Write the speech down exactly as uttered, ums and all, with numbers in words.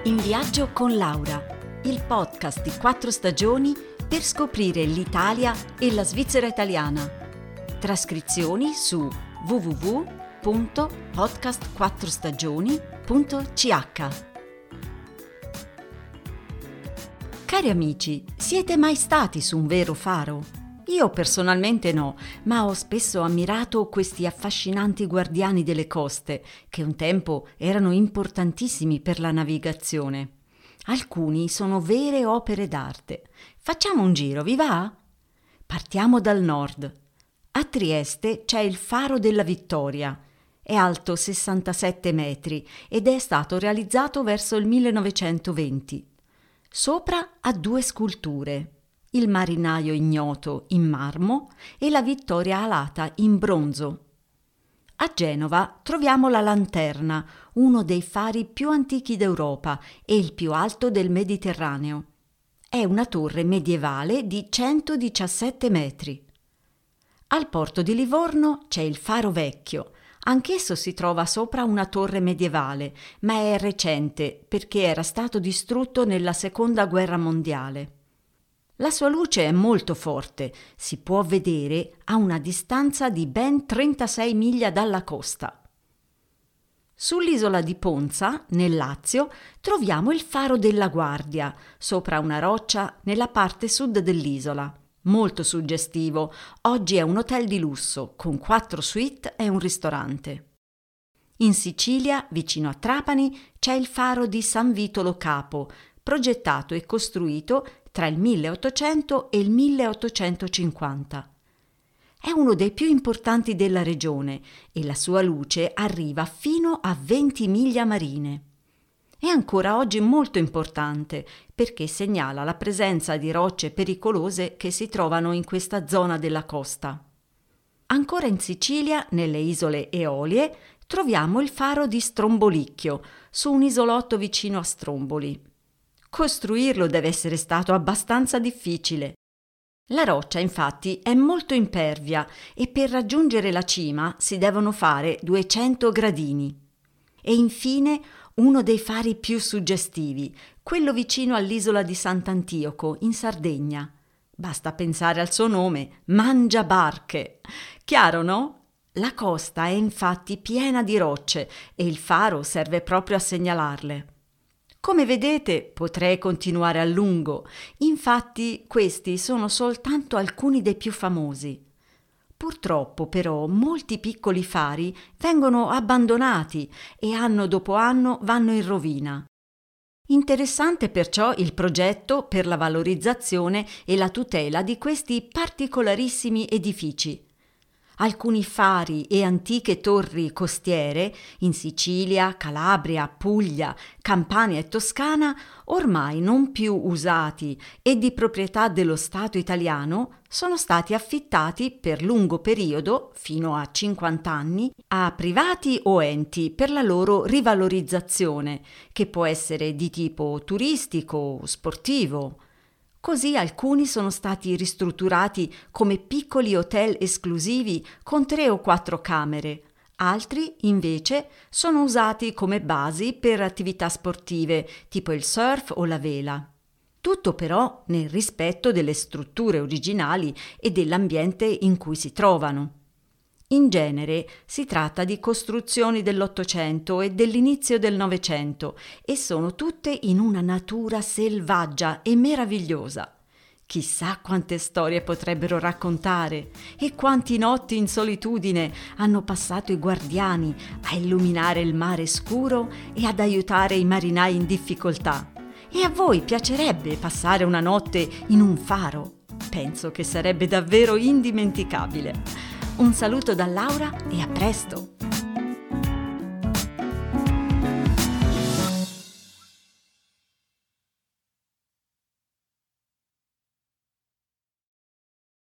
In viaggio con Laura, il podcast di quattro stagioni per scoprire l'Italia e la Svizzera italiana. Trascrizioni su w w w punto podcast quattro stagioni punto c h. Cari amici, siete mai stati su un vero faro? Io personalmente no, ma ho spesso ammirato questi affascinanti guardiani delle coste, che un tempo erano importantissimi per la navigazione. Alcuni sono vere opere d'arte. Facciamo un giro, vi va? Partiamo dal nord. A Trieste c'è il Faro della Vittoria. È alto sessantasette metri ed è stato realizzato verso il millenovecentoventi. Sopra ha due sculture, il marinaio ignoto in marmo e la Vittoria alata in bronzo. A Genova troviamo la Lanterna, uno dei fari più antichi d'Europa e il più alto del Mediterraneo. È una torre medievale di centodiciassette metri. Al porto di Livorno c'è il Faro Vecchio. Anch'esso si trova sopra una torre medievale, ma è recente perché era stato distrutto nella Seconda Guerra Mondiale. La sua luce è molto forte, si può vedere a una distanza di ben trentasei miglia dalla costa. Sull'isola di Ponza, nel Lazio, troviamo il Faro della Guardia, sopra una roccia nella parte sud dell'isola. Molto suggestivo, oggi è un hotel di lusso, con quattro suite e un ristorante. In Sicilia, vicino a Trapani, c'è il Faro di San Vito Lo Capo, progettato e costruito tra il milleottocento e il milleottocentocinquanta. È uno dei più importanti della regione e la sua luce arriva fino a venti miglia marine. È ancora oggi molto importante perché segnala la presenza di rocce pericolose che si trovano in questa zona della costa. Ancora in Sicilia, nelle isole Eolie, troviamo il Faro di Strombolicchio, su un isolotto vicino a Stromboli. Costruirlo deve essere stato abbastanza difficile. La roccia, infatti, è molto impervia e per raggiungere la cima si devono fare duecento gradini. E infine uno dei fari più suggestivi, quello vicino all'isola di Sant'Antioco, in Sardegna. Basta pensare al suo nome, Mangiabarche. Chiaro, no? La costa è infatti piena di rocce e il faro serve proprio a segnalarle. Come vedete, potrei continuare a lungo, infatti questi sono soltanto alcuni dei più famosi. Purtroppo però molti piccoli fari vengono abbandonati e anno dopo anno vanno in rovina. Interessante perciò il progetto per la valorizzazione e la tutela di questi particolarissimi edifici. Alcuni fari e antiche torri costiere in Sicilia, Calabria, Puglia, Campania e Toscana, ormai non più usati e di proprietà dello Stato italiano, sono stati affittati per lungo periodo, fino a cinquanta anni, a privati o enti per la loro rivalorizzazione, che può essere di tipo turistico o sportivo. Così alcuni sono stati ristrutturati come piccoli hotel esclusivi con tre o quattro camere, altri invece sono usati come basi per attività sportive tipo il surf o la vela. Tutto però nel rispetto delle strutture originali e dell'ambiente in cui si trovano. In genere si tratta di costruzioni dell'Ottocento e dell'inizio del Novecento e sono tutte in una natura selvaggia e meravigliosa. Chissà quante storie potrebbero raccontare e quanti notti in solitudine hanno passato i guardiani a illuminare il mare scuro e ad aiutare i marinai in difficoltà. E a voi piacerebbe passare una notte in un faro? Penso che sarebbe davvero indimenticabile. Un saluto da Laura e a presto!